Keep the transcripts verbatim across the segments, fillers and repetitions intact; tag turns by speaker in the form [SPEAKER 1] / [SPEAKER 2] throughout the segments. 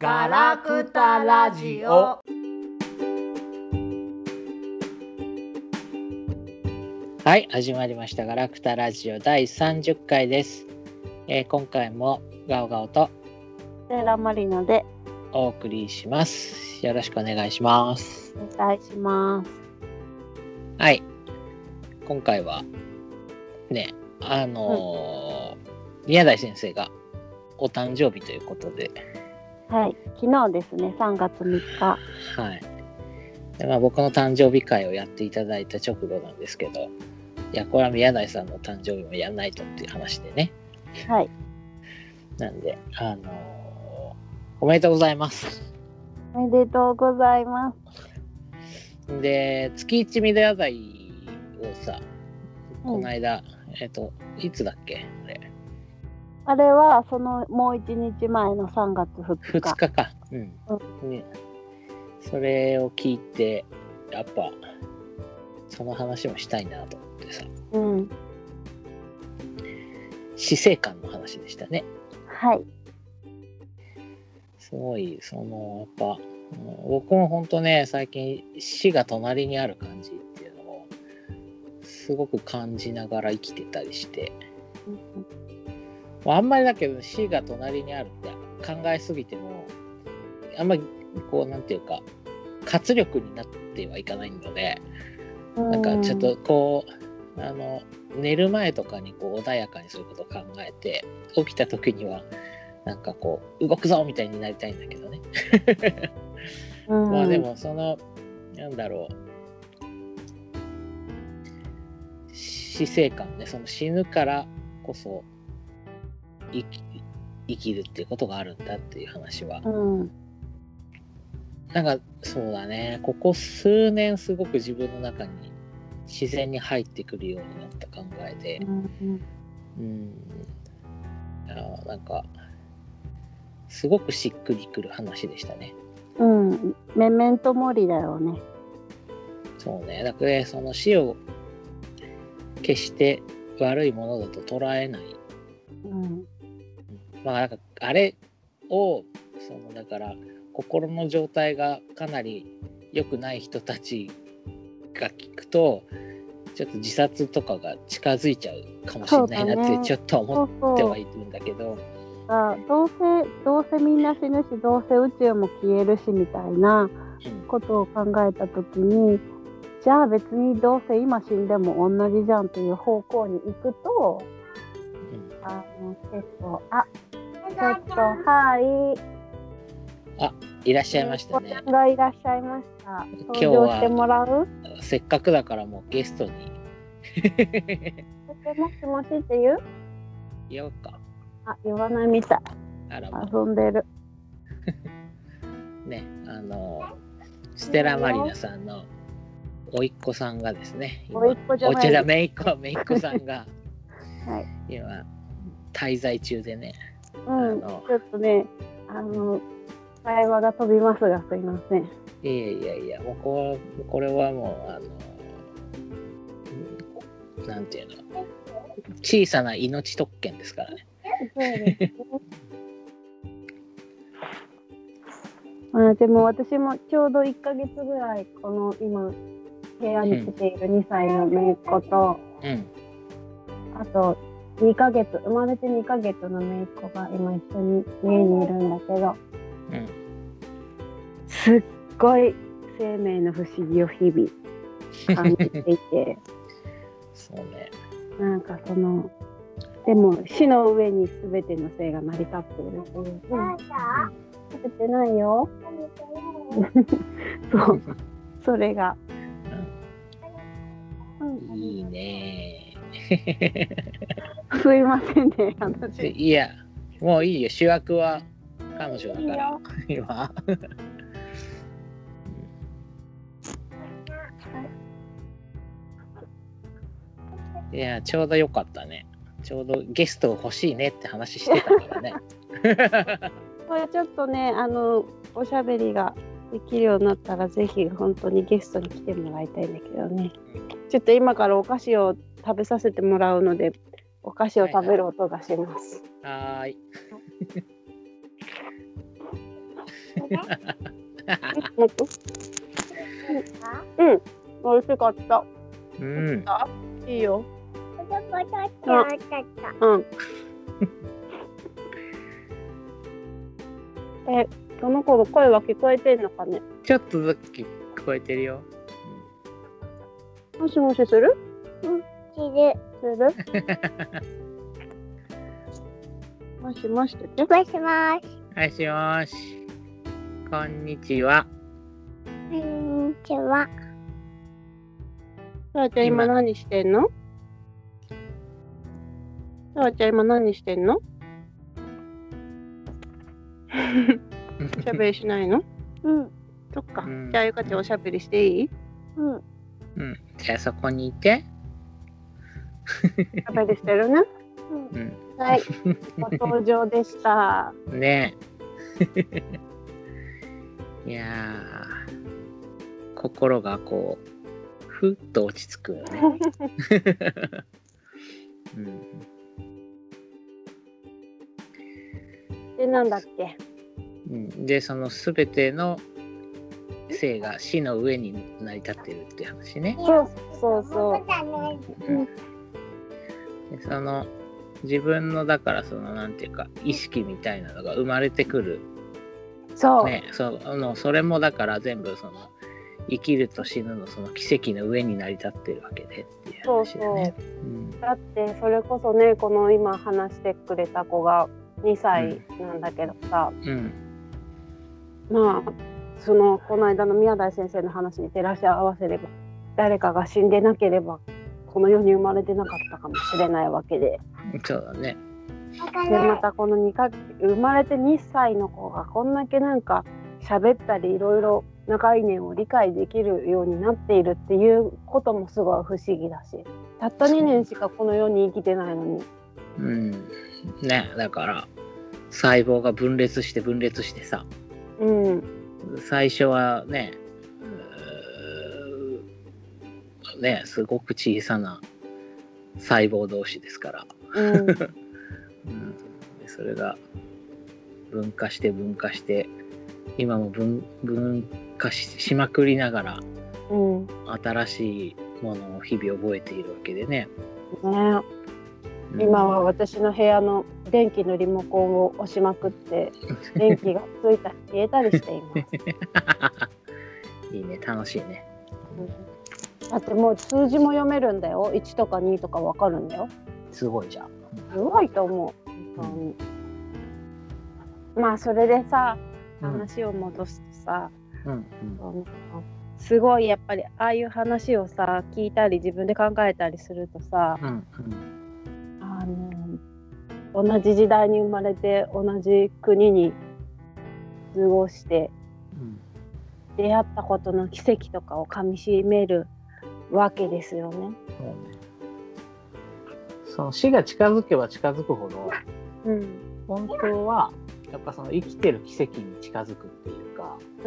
[SPEAKER 1] ガラクタラジオ。はい、始まりましたガラクタラジオだいさんじゅっかいです、えー、今回もガオガオと
[SPEAKER 2] セーラマリノで
[SPEAKER 1] お送りします。よろしくお願いします。
[SPEAKER 2] お願いします。
[SPEAKER 1] はい、今回はね、あのーうん、宮台先生がお誕生日ということで、
[SPEAKER 2] はい、昨日ですね、さんがつみっか。
[SPEAKER 1] はい。で、まあ、僕の誕生日会をやっていただいた直後なんですけど、いや、これは宮台さんの誕生日もやんないとっていう話でね。
[SPEAKER 2] はい。
[SPEAKER 1] なんで、あのー、おめでとうございます。
[SPEAKER 2] おめでとうございます。
[SPEAKER 1] で、月一ミドヤ台をさ、この間、うん、えっと、いつだっけあれ。
[SPEAKER 2] あれは、その、もう一日前のさんがつふつか。
[SPEAKER 1] ふつかか。うん。うんね、それを聞いて、やっぱ、その話もしたいなと思ってさ。
[SPEAKER 2] うん。
[SPEAKER 1] 死生観の話でしたね。
[SPEAKER 2] はい。
[SPEAKER 1] すごい、その、やっぱ、僕も本当ね、最近死が隣にある感じっていうのをすごく感じながら生きてたりして、うん、あんまりだけど死が隣にあるって考えすぎてもあんまりこうなんていうか活力になってはいかないので、なんかちょっとこうあの寝る前とかにこう穏やかにそういうことを考えて起きた時にはなんかこう動くぞみたいになりたいんだけどねまあでもそのなんだろう死生観ね、その死ぬからこそ生き、生きるっていうことがあるんだっていう話は、うん、なんかそうだね、ここ数年すごく自分の中に自然に入ってくるようになった考えで、うん、うん、あなんかすごくしっくりくる話でしたね。
[SPEAKER 2] うん、メメントモリだよね。
[SPEAKER 1] そうね、だから、ね、その死を決して悪いものだと捉えない。うん、まあなんかあれをそのだから心の状態がかなり良くない人たちが聞くとちょっと自殺とかが近づいちゃうかもしれないなってちょっと思ってはいるんだけど。
[SPEAKER 2] あどうせどうせみんな死ぬしどうせ宇宙も消えるしみたいなことを考えた時に、うん、じゃあ別にどうせ今死んでも同じじゃんという方向に行くと、うん、あの結構あちょっとはい
[SPEAKER 1] あいらっしゃいましたね。
[SPEAKER 2] お子さんがいらっしゃいました。登場してもらう？
[SPEAKER 1] せっかくだからもうゲストに
[SPEAKER 2] もしもしって言う？
[SPEAKER 1] 言おうか。
[SPEAKER 2] あ、言わないみたい。あら遊んでる。
[SPEAKER 1] ね、あのステラマリナさんの甥っ子さんがですね、
[SPEAKER 2] 甥っ子じゃない。
[SPEAKER 1] お茶だめいっ子めいっ子さんが、
[SPEAKER 2] はい、
[SPEAKER 1] 今滞在中でね。
[SPEAKER 2] うん、あのちょっとね、あの会話が飛びますがすいません。
[SPEAKER 1] いやいやいや、もうこれこれはもうあのなんていうの、小さな命特権ですからね。そうですね
[SPEAKER 2] まあ、でも私もちょうどいっかげつぐらいこの今部屋に来ているにさいの姪っ子と、うん、あとにかげつ生まれてにかげつの姪っ子が今一緒に家にいるんだけど、うん、すっごい生命の不思議を日々感じていて
[SPEAKER 1] そうね、
[SPEAKER 2] なんかそのでも死の上に全ての性が成り立っているという、うん、食べてないよそうそれが、
[SPEAKER 1] うん、いいね
[SPEAKER 2] すいませんね話。
[SPEAKER 1] いやもういいよ、主役は彼女だからいい今いやちょうどよかったね。ちょうどゲスト欲しいねって話してたからね
[SPEAKER 2] これちょっとね、あのおしゃべりができるようになったらぜひ本当にゲストに来てもらいたいんだけどね、うん、ちょっと今からお菓子を食べさせてもらうのでお菓子を食べる音がします。
[SPEAKER 1] はいはい
[SPEAKER 2] うん、美味しかった。
[SPEAKER 1] うん。
[SPEAKER 2] いいよ。うん。え、その子の声は聞こえてんのかね。
[SPEAKER 1] ちょっとずつ聞こえてるよ。
[SPEAKER 2] うん、もしもしする？うん、する。する？もしもしって。
[SPEAKER 3] もしもし。
[SPEAKER 1] もしもし。こんにちは。
[SPEAKER 3] こんにちは。
[SPEAKER 2] さあちゃん今何してんの？さあちゃん今何してんの？おしゃべりしないの？
[SPEAKER 3] うん。
[SPEAKER 2] そっか。うん、じゃあゆかちゃんおしゃべりしていい？
[SPEAKER 3] うん。
[SPEAKER 1] うん。じゃあそこにいて。
[SPEAKER 2] おしゃべりしてるね。
[SPEAKER 3] うん。
[SPEAKER 2] はい。ご登場でした。
[SPEAKER 1] ねえ。いやー、心がこうふっと落ち着くよね。うん、
[SPEAKER 2] でなんだっけ、
[SPEAKER 1] うん、でそのすべての性が死の上に成り立ってるって話ね。
[SPEAKER 2] そうそうそう。
[SPEAKER 1] うん、でその自分のだからそのなんていうか意識みたいなのが生まれてくる。
[SPEAKER 2] そう
[SPEAKER 1] ね、そのそれもだから全部その生きると死ぬのその奇跡の上に成り立ってるわけでっていう話だね。
[SPEAKER 2] そうそう、うん、だってそれこそねこの今話してくれた子がにさいなんだけどさ、うん、まあそのこの間の宮台先生の話に照らし合わせれば誰かが死んでなければこの世に生まれてなかったかもしれないわけで。
[SPEAKER 1] そうだね。
[SPEAKER 2] でまたこのにか生まれてにさいの子がこんだけなんか喋ったりいろいろな概念を理解できるようになっているっていうこともすごい不思議だし、たったにねんしかこの世に生きてないのに。
[SPEAKER 1] うんね、だから細胞が分裂して分裂してさ、うん、最初はねねすごく小さな細胞同士ですから、うんうん、それが分化して分化して今も 分, 分化 し, しまくりながら、うん、新しいものを日々覚えているわけでね。
[SPEAKER 2] ね、うん、今は私の部屋の電気のリモコンを押しまくって電気がついたり消えたりしています。
[SPEAKER 1] いいね、楽しいね。
[SPEAKER 2] うん、だってもう数字も読めるんだよ。いちとかにとかわかるんだよ。
[SPEAKER 1] すごいじゃん。
[SPEAKER 2] すごいと思う。本当に。まあそれでさ、話を戻すとさ、うんうん、すごいやっぱりああいう話をさ聞いたり自分で考えたりするとさ、うんうん、あの同じ時代に生まれて同じ国に過ごして、うん、出会ったことの奇跡とかをかみしめるわけですよね。そうね。
[SPEAKER 1] その死が近づけば近づくほど、うん、本当はやっぱその生きてる奇跡に近づくっていうか、
[SPEAKER 2] うん、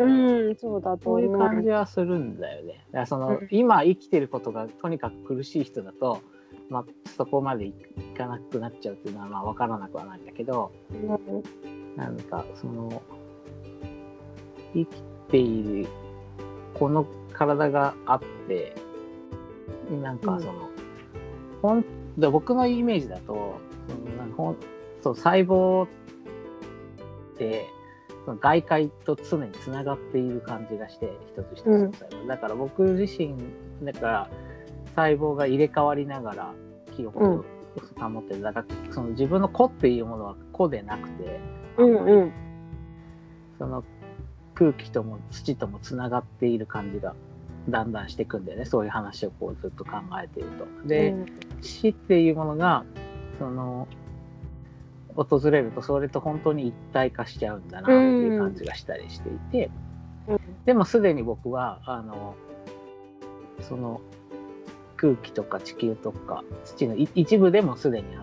[SPEAKER 2] そうだと
[SPEAKER 1] そういう感じはするんだよね。だからその、うん、今生きてることがとにかく苦しい人だと、まあ、そこまでいかなくなっちゃうっていうのはまあ分からなくはないんだけど、うん、なんかその生きているこの体があってなんかその、うん、ほんで僕のイメージだとそのなんかほんそう細胞ってその外界と常につながっている感じがして一つ一つの細胞、うん、だから僕自身だから細胞が入れ替わりながら記憶を保ってる、うん、だからその自分の個っていうものは個でなくて、うんうん、その空気とも土ともつながっている感じがだんだんしていくんだよね。そういう話をこうずっと考えていると。で、うん、死っていうものがその訪れるとそれと本当に一体化しちゃうんだなっていう感じがしたりしていて、うん、でもすでに僕はあのその空気とか地球とか土の一部でもすでにあって、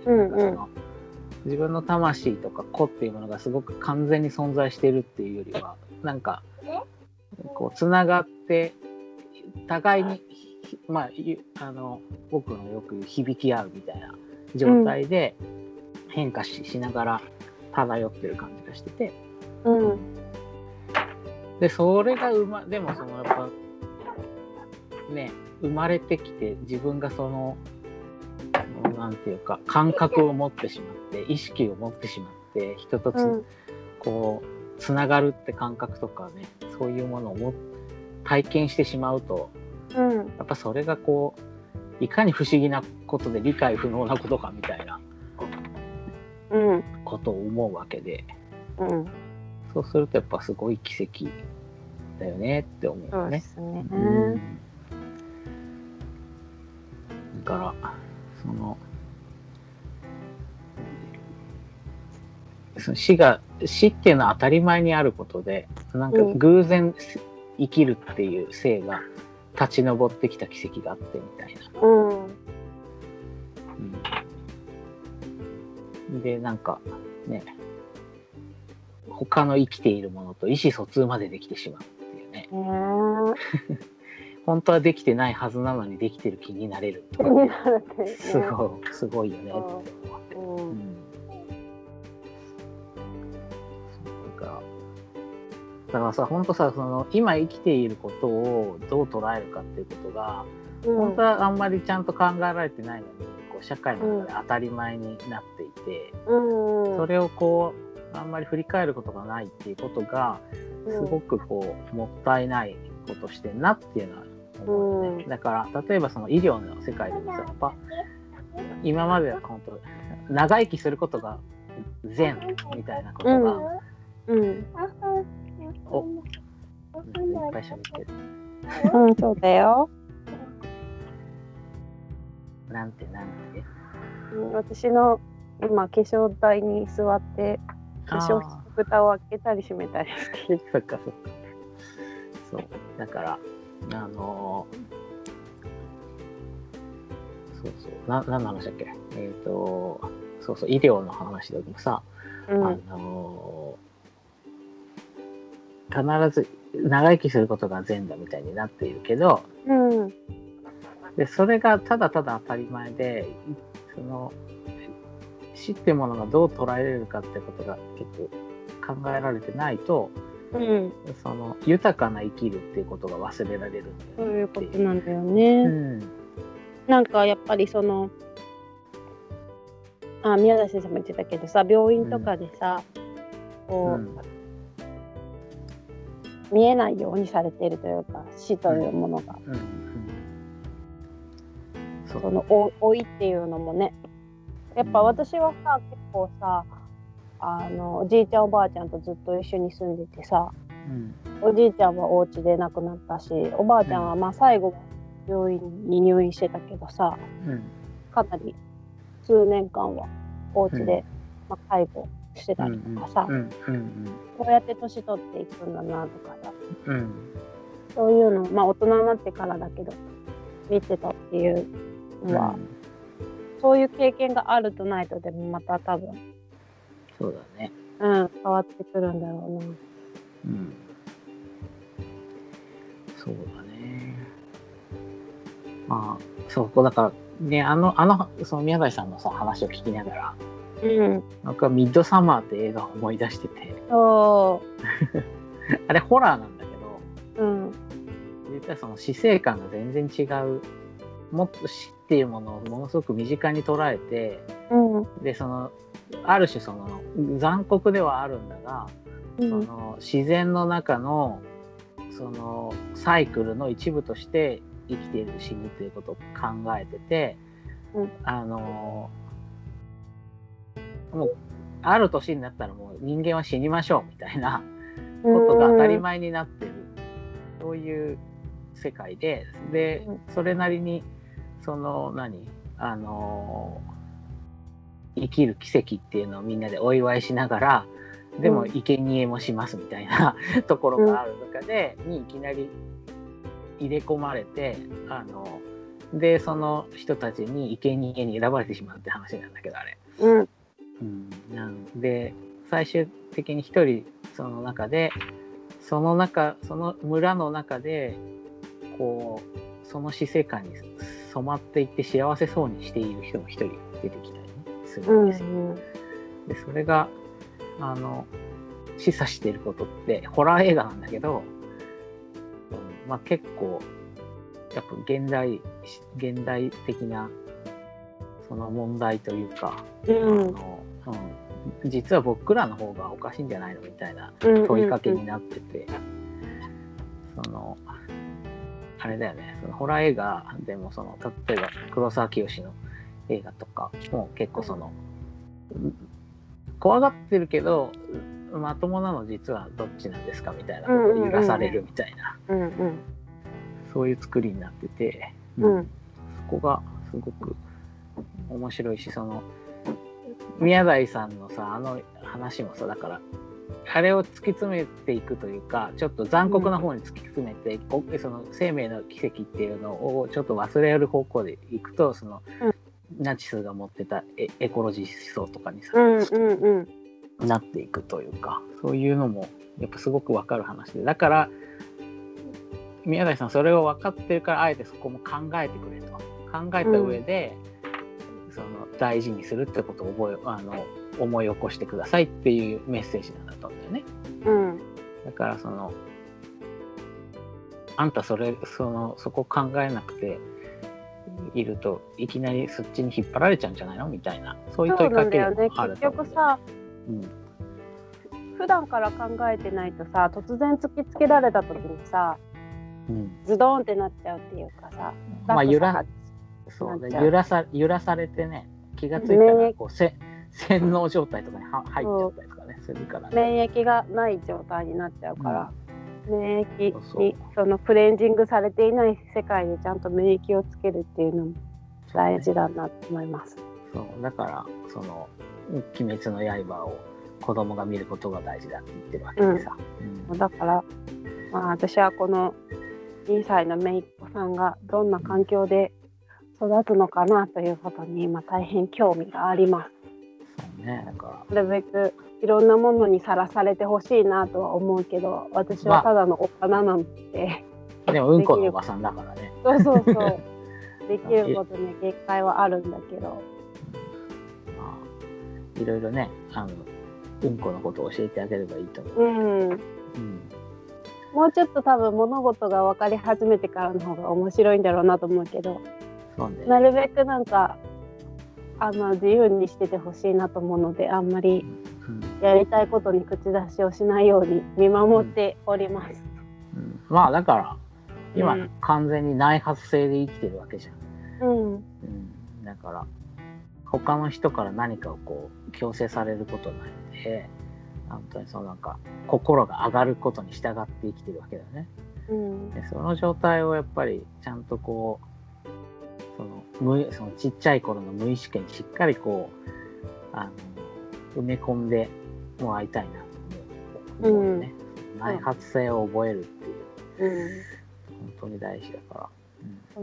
[SPEAKER 1] うんうん、その自分の魂とか個っていうものがすごく完全に存在しているっていうよりはなんかこうつながって互いに、まあ、あの僕のよく言う響き合うみたいな状態で変化 し,、うん、しながら漂ってる感じがしてて、うん、 でそれがうまでもそのやっぱね生まれてきて自分がそのなんていうか感覚を持ってしまって意識を持ってしまって人とつ、うん、こうつながるって感覚とかねそういうものをも体験してしまうと、うん、やっぱそれがこういかに不思議なことで理解不能なことかみたいな、うん、ことを思うわけで、うん、そうするとやっぱすごい奇跡だよねって思うよね。
[SPEAKER 2] そうですね、
[SPEAKER 1] うん、だからそのその死が死っていうのは当たり前にあることでなんか偶然生きるっていう性が立ち上ってきた奇跡があってみたいな、うんうん、でなんかね他の生きているものと意思疎通までできてしまうっていうね、えー、本当はできてないはずなのにできてる気になれるとか、ね、すごいすごいよねって思って、うんうんだからさ本当さその今生きていることをどう捉えるかっていうことが、うん、本当はあんまりちゃんと考えられてないのにこう社会の中で当たり前になっていて、うん、それをこうあんまり振り返ることがないっていうことがすごくこうもったいないことしてんなっていうのは思うよね、うん、だから例えばその医療の世界でもさやっぱ今までは本当長生きすることが善みたいなことが、うんうんお、いっぱい喋ってる。
[SPEAKER 2] うん、そうだよ。
[SPEAKER 1] なんてなんて。
[SPEAKER 2] 私の今化粧台に座って化粧室蓋を開けたり閉めたりしてる。
[SPEAKER 1] そっかそっか。そうだからあのー、そうそうな何の話だっけ。えっ、ー、とそうそう医療の話でもさ、うん、あのー。必ず長生きすることが善だみたいになっているけど、うん、でそれがただただ当たり前でその死ってものがどう捉えられるかってことが結構考えられてないと、うん、その豊かな生きるっていうことが忘れられるんだよね。
[SPEAKER 2] そういうことなんだよね、うん、なんかやっぱりそのあ宮田先生も言ってたけどさ病院とかでさ、うん、こう、うん見えないようにされているというか死というものが、うんうんうん、その老いっていうのもねやっぱ私はさ結構さあのおじいちゃんおばあちゃんとずっと一緒に住んでてさ、うん、おじいちゃんはお家で亡くなったしおばあちゃんはまあ最後病院に入院してたけどさ、うん、かなり数年間はお家で、うんまあ、介護してたりとかさ、うんうんうんうん、こうやって年取っていくんだなとかさ、うん、そういうのまあ大人になってからだけど見てたっていうのは、うん、そういう経験があるとないとでもまた多分
[SPEAKER 1] そうだね、
[SPEAKER 2] うん、変わってくるんだろうな、うん、
[SPEAKER 1] そうだねまあそうだからねあのあのその宮台さんのさ話を聞きながらうん、なんかミッドサマーって映画を思い出しててあれホラーなんだけど、うん、実はその死生観が全然違うもっと死っていうものをものすごく身近に捉えて、うん、でそのある種その残酷ではあるんだが、うん、その自然の中のそのサイクルの一部として生きている死ぬということを考えてて、うん、あのもうある年になったらもう人間は死にましょうみたいなことが当たり前になってるそういう世界ででそれなりにその何あの生きる奇跡っていうのをみんなでお祝いしながらでも生贄もしますみたいなところがある中でにいきなり入れ込まれてあのでその人たちに生贄に選ばれてしまうって話なんだけどあれ。うんうん、なんで最終的に一人その中でその中その村の中でこうその死生観に染まっていって幸せそうにしている人も一人出てきたりするんですよ、うんうん、でそれがあの示唆していることってホラー映画なんだけど、うん、まあ結構やっぱ現代現代的なその問題というか、
[SPEAKER 2] うん、
[SPEAKER 1] あの、うん、実は僕らの方がおかしいんじゃないのみたいな問いかけになってて、うんうんうん、そのあれだよね、そのホラー映画でもその例えば黒沢清の映画とかも結構その、うん、怖がってるけどまともなの実はどっちなんですかみたいなことを揺らされるみたいな、
[SPEAKER 2] うんうん、
[SPEAKER 1] そういう作りになってて、
[SPEAKER 2] うん、
[SPEAKER 1] そこがすごく面白いし、その宮台さんのさあの話もさ、だからあれを突き詰めていくというか、ちょっと残酷な方に突き詰めて、うん、その生命の奇跡っていうのをちょっと忘れる方向でいくと、その、うん、ナチスが持ってた エ, エコロジー思想とかにさ、
[SPEAKER 2] うんうんうん、
[SPEAKER 1] なっていくというか、そういうのもやっぱすごく分かる話で、だから宮台さんそれを分かってるから、あえてそこも考えてくれと考えた上で、うん、その大事にするってことを覚えあの思い起こしてくださいっていうメッセージなんだと思うんだよね。
[SPEAKER 2] うん、
[SPEAKER 1] だからそのあんたそれそのそこ考えなくているといきなりそっちに引っ張られちゃうんじゃないのみたいな、そういう問いかけもあると思うんだよね。
[SPEAKER 2] 結局さ、
[SPEAKER 1] うん、
[SPEAKER 2] 普段から考えてないとさ、突然突きつけられた時にさ、うん、ズドーンってなっちゃうっていうかさ、
[SPEAKER 1] まあ揺らそうね、揺らさ揺らされてね、気がついたらこうせ洗脳状態とかに入っちゃったりとかねするからね、
[SPEAKER 2] 免疫がない状態になっちゃうから、うん、免疫にそのクレンジングされていない世界でちゃんと免疫をつけるっていうのも大事だなと思います。
[SPEAKER 1] そう、ね、そうだからその鬼滅の刃を子供が見ることが大事だって言ってるわけでさ、
[SPEAKER 2] うんうん、だから、まあ、私はこのにさいの姪っ子さんがどんな環境で育つのかなということに今大変興味があります。
[SPEAKER 1] そうね、だから
[SPEAKER 2] なるべくいろんなものにさらされてほしいなとは思うけど、私はただのお花なんて、
[SPEAKER 1] まあ、でもうんこのおばさんだからね。
[SPEAKER 2] そうそうそうできることに限界はあるんだけど、ま
[SPEAKER 1] あ、いろいろね、あのうんこのことを教えてあげればいいと思う。
[SPEAKER 2] うんうん、もうちょっと多分物事が分かり始めてからの方が面白いんだろうなと思うけど、
[SPEAKER 1] そうね、
[SPEAKER 2] なるべくなんかあの自由にしててほしいなと思うので、あんまりやりたいことに口出しをしないように見守っております。
[SPEAKER 1] うんうん、まあだから今、うん、完全に内発性で生きてるわけじゃん。うんうん、だから他の人から何かをこう強制されることないので、本当にそのなんか心が上がることに従って生きてるわけだよね。うん、でその状態をやっぱりちゃんとこうその無そのちっちゃい頃の無意識にしっかりこうあの埋め込んでもらいたいなと思うよね。うん、内発性を覚えるっていう、うん、本当に大事だから、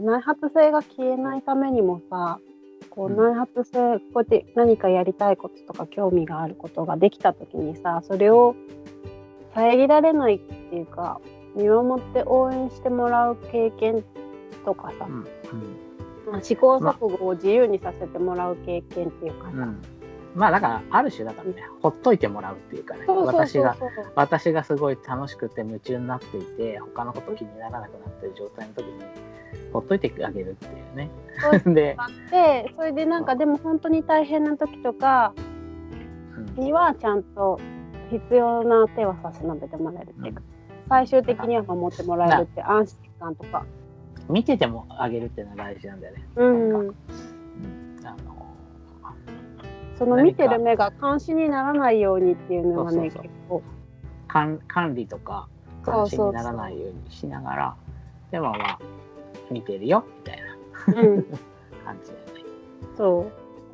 [SPEAKER 2] うん、内発性が消えないためにもさ、こう内発性、こうやって何かやりたいこととか興味があることができた時にさ、それを遮られないっていうか、見守って応援してもらう経験とかさ、うんうん、試行錯誤を自由にさせてもらう経験っていうかさ、まあ、うん、
[SPEAKER 1] まあだからある種だからね、ほっといてもらうっていうかね、私が私がすごい楽しくて夢中になっていて他のこと気にならなくなってる状態の時にほっといてあげるっていうね。
[SPEAKER 2] そうでそれでなんかでも本当に大変な時とかにはちゃんと必要な手は差し伸べてもらえるっていうか、うん、最終的には守ってもらえるって安心感とか
[SPEAKER 1] 見ててもあげるっていうのは大事なんだよね。
[SPEAKER 2] うん、うん、あのその見てる目が監視にならないようにっていうのはね、そうそうそう、結構
[SPEAKER 1] 管管理とか監視にならないようにしながら、でもまあ見てるよみたいな、うん、感じだよね。
[SPEAKER 2] そう。うん。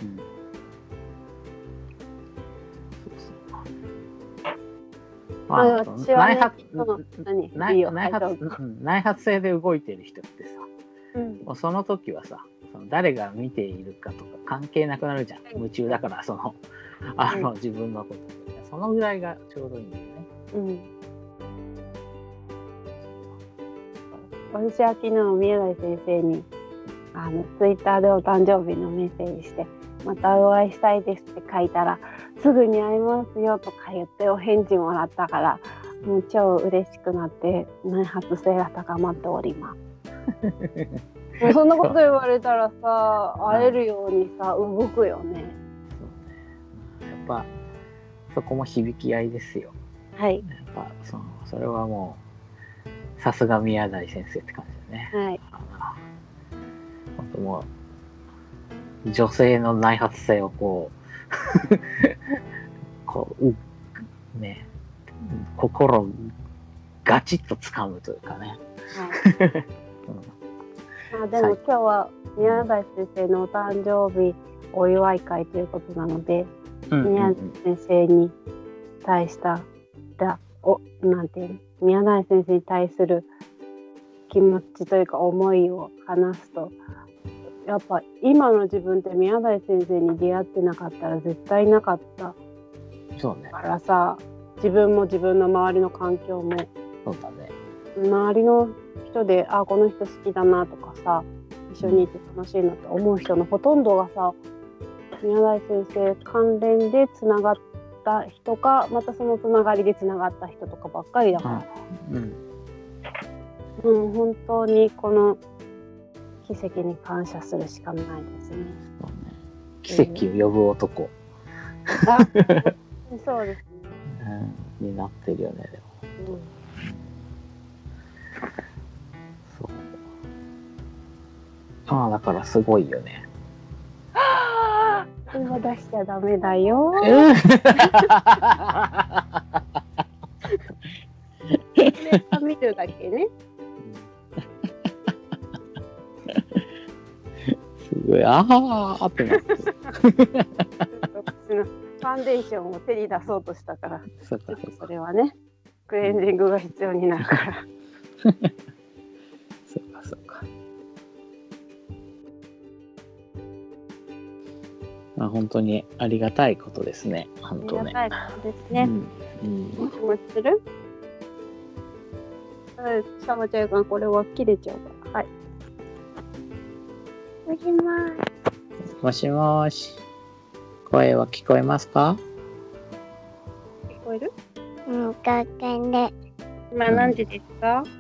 [SPEAKER 1] まあ、私はね、内発、内, 内, 発内発性で動いてる人ってさ、うん、もうその時はさ、その誰が見ているかとか関係なくなるじゃん。夢中だからそのあの、うん、自分のこと、そのぐらいがちょうどいいんだよね。うん。
[SPEAKER 2] 私は昨日宮台先生にあのツイッターでお誕生日のメッセージして、またお会いしたいですって書いたら、 すぐに会いますよとか言ってお返事もらったから、もう超嬉しくなって内発性が高まっておりますもうそんなこと言われたらさ、会えるようにさ動くよね。
[SPEAKER 1] そうね。やっぱそこも響き合いですよ。
[SPEAKER 2] はい。
[SPEAKER 1] やっぱそのそれはもうさすが宮台先生って感じだね。
[SPEAKER 2] はい。
[SPEAKER 1] 本当もう女性の内発性をこうこうね、心をガチッと掴むというかね。
[SPEAKER 2] はい。うん、あでも今日は宮台先生のお誕生日お祝い会ということなので、うんうんうん、宮台先生に対しただおなんていうの、宮台先生に対する気持ちというか思いを話すと、やっぱ今の自分って宮台先生に出会ってなかったら絶対なかった
[SPEAKER 1] そうね
[SPEAKER 2] からさ、自分も自分の周りの環境も
[SPEAKER 1] そうだね、
[SPEAKER 2] 周りの人であこの人好きだなとかさ、一緒にいて楽しいなと思う人のほとんどがさ、宮台先生関連でつながった人か、またそのつながりでつながった人とかばっかりだから、うんうん、本当にこの奇跡に感謝するしかないですね。
[SPEAKER 1] そうね、奇跡を呼ぶ男、
[SPEAKER 2] うん、あそうですね、
[SPEAKER 1] うん、になってるよね。でも、うん、そうああだからすごいよね。
[SPEAKER 2] 今出しちゃダメだよ。見るだけね。
[SPEAKER 1] すごいあーってなって。
[SPEAKER 2] ファンデーションを手に出そうとしたから、
[SPEAKER 1] そうかそうか、
[SPEAKER 2] それはねクレンジングが必要になるから。
[SPEAKER 1] そうかそうか。まあ本当にありがたいことですね。本当ね。
[SPEAKER 2] ありがたいことですね。うんうん、もしもしてる？シャマちゃんがこれは切れちゃうから。はい。
[SPEAKER 3] もしもー
[SPEAKER 1] し。もしもし。声は聞こえますか？
[SPEAKER 2] 聞こえる？
[SPEAKER 3] うん、学園で。
[SPEAKER 2] 今何時ですか？うん、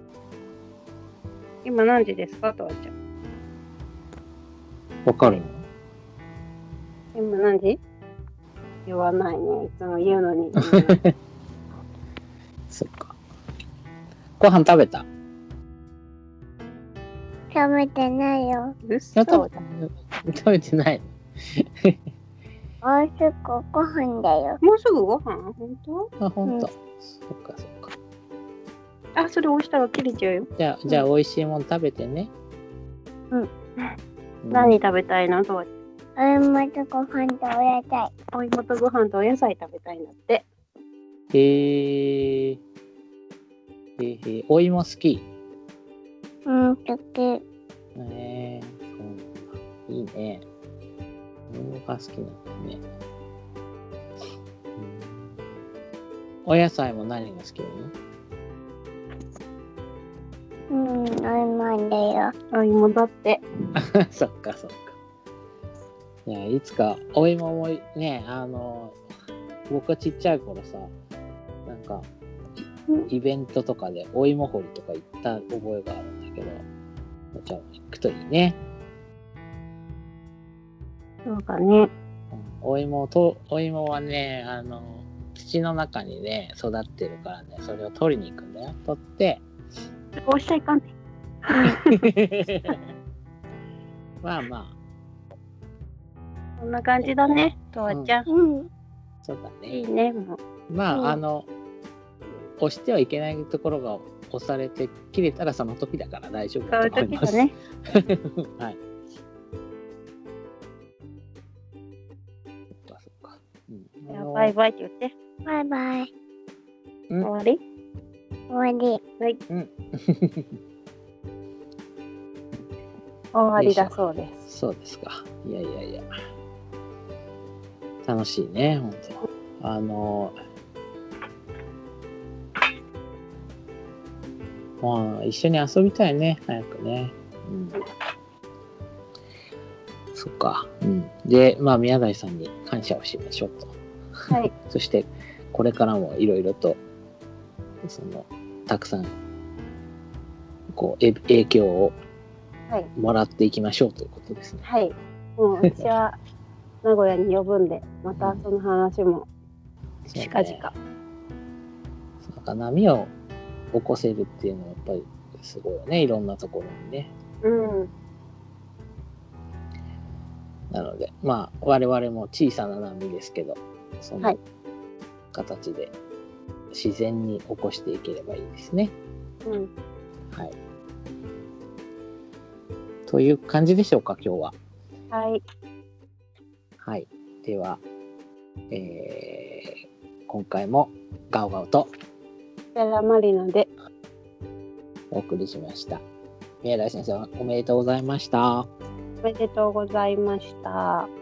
[SPEAKER 2] 今何時ですか、とわちゃん。
[SPEAKER 1] わかるの？
[SPEAKER 2] 今何時？言わないね。いつも言うのに。
[SPEAKER 1] そっか。ご飯食べた？
[SPEAKER 3] 食べてないよ。
[SPEAKER 2] 嘘だ。
[SPEAKER 1] 食べてないの？
[SPEAKER 3] もうすぐご飯だよ。
[SPEAKER 2] もうすぐご飯？本当？
[SPEAKER 1] あ、本当。
[SPEAKER 2] うん、
[SPEAKER 1] そっかそっか。
[SPEAKER 2] あ、それ押したら切れちゃうよ。
[SPEAKER 1] じゃあ、じゃあ美味しいもの食べてね。
[SPEAKER 2] うん。うん、何食べたいの？とわち
[SPEAKER 3] ゃん。お芋とご飯とお野菜。
[SPEAKER 2] お芋とご飯とお野菜食べたいんだって。
[SPEAKER 1] へー。へーへー。お芋好き？
[SPEAKER 3] うん、好き。
[SPEAKER 1] へえー、そうなんだ。いいね。お芋が好きなんだね。お野菜も何が好きなの？
[SPEAKER 3] うん、お芋だよ。
[SPEAKER 2] お芋だって。
[SPEAKER 1] そっかそっか。いや、いつかお芋もね、あの僕がちっちゃい頃さ、なんかイベントとかでお芋掘りとか行った覚えがあるんだけど、じゃあ行くといいね。
[SPEAKER 2] そうかね。
[SPEAKER 1] お芋とお芋はね、あの土の中にね育ってるからね、それを取りに行くんだよ。取って
[SPEAKER 2] こうしちゃいかんね。
[SPEAKER 1] まあまあ
[SPEAKER 2] こんな感じだね、とわちゃん。
[SPEAKER 3] うん、
[SPEAKER 1] そうだね。
[SPEAKER 2] いいね、も
[SPEAKER 1] う。まあ、
[SPEAKER 2] うん、
[SPEAKER 1] あの押してはいけないところが押されて切れたらその時だから大丈夫だと思います。そういう時だね。はい。そっかそっか。うん、
[SPEAKER 2] じゃあバイバイって言って。
[SPEAKER 3] バイバイ。
[SPEAKER 2] うん、終わり？
[SPEAKER 3] 終わり。
[SPEAKER 2] はい。
[SPEAKER 1] うん。
[SPEAKER 2] 終わりだそうです。
[SPEAKER 1] そうですか。いやいやいや。楽しいね、本当。あの、まあ一緒に遊びたいね、早くね。うん。そっか。うん。で、まあ宮台さんに感謝をしましょうと。
[SPEAKER 2] はい、
[SPEAKER 1] そしてこれからもいろいろとそのたくさんこう影響をもらっていきましょうということですね。
[SPEAKER 2] はい、もう私は名古屋に呼ぶんで、またその話も近々。ね、
[SPEAKER 1] なんか波を起こせるっていうのはやっぱりすごいよね、いろんなところにね。
[SPEAKER 2] うん。
[SPEAKER 1] なのでまあ我々も小さな波ですけど、その形で自然に起こしていければいいですね。
[SPEAKER 2] うん。
[SPEAKER 1] はい。という感じでしょうか、今日は。
[SPEAKER 2] はい。
[SPEAKER 1] はい。では、えー、今回もガオガオと
[SPEAKER 2] ステラマリナで
[SPEAKER 1] お送りしました。宮台先生、おめでとうございました。
[SPEAKER 2] おめでとうございました。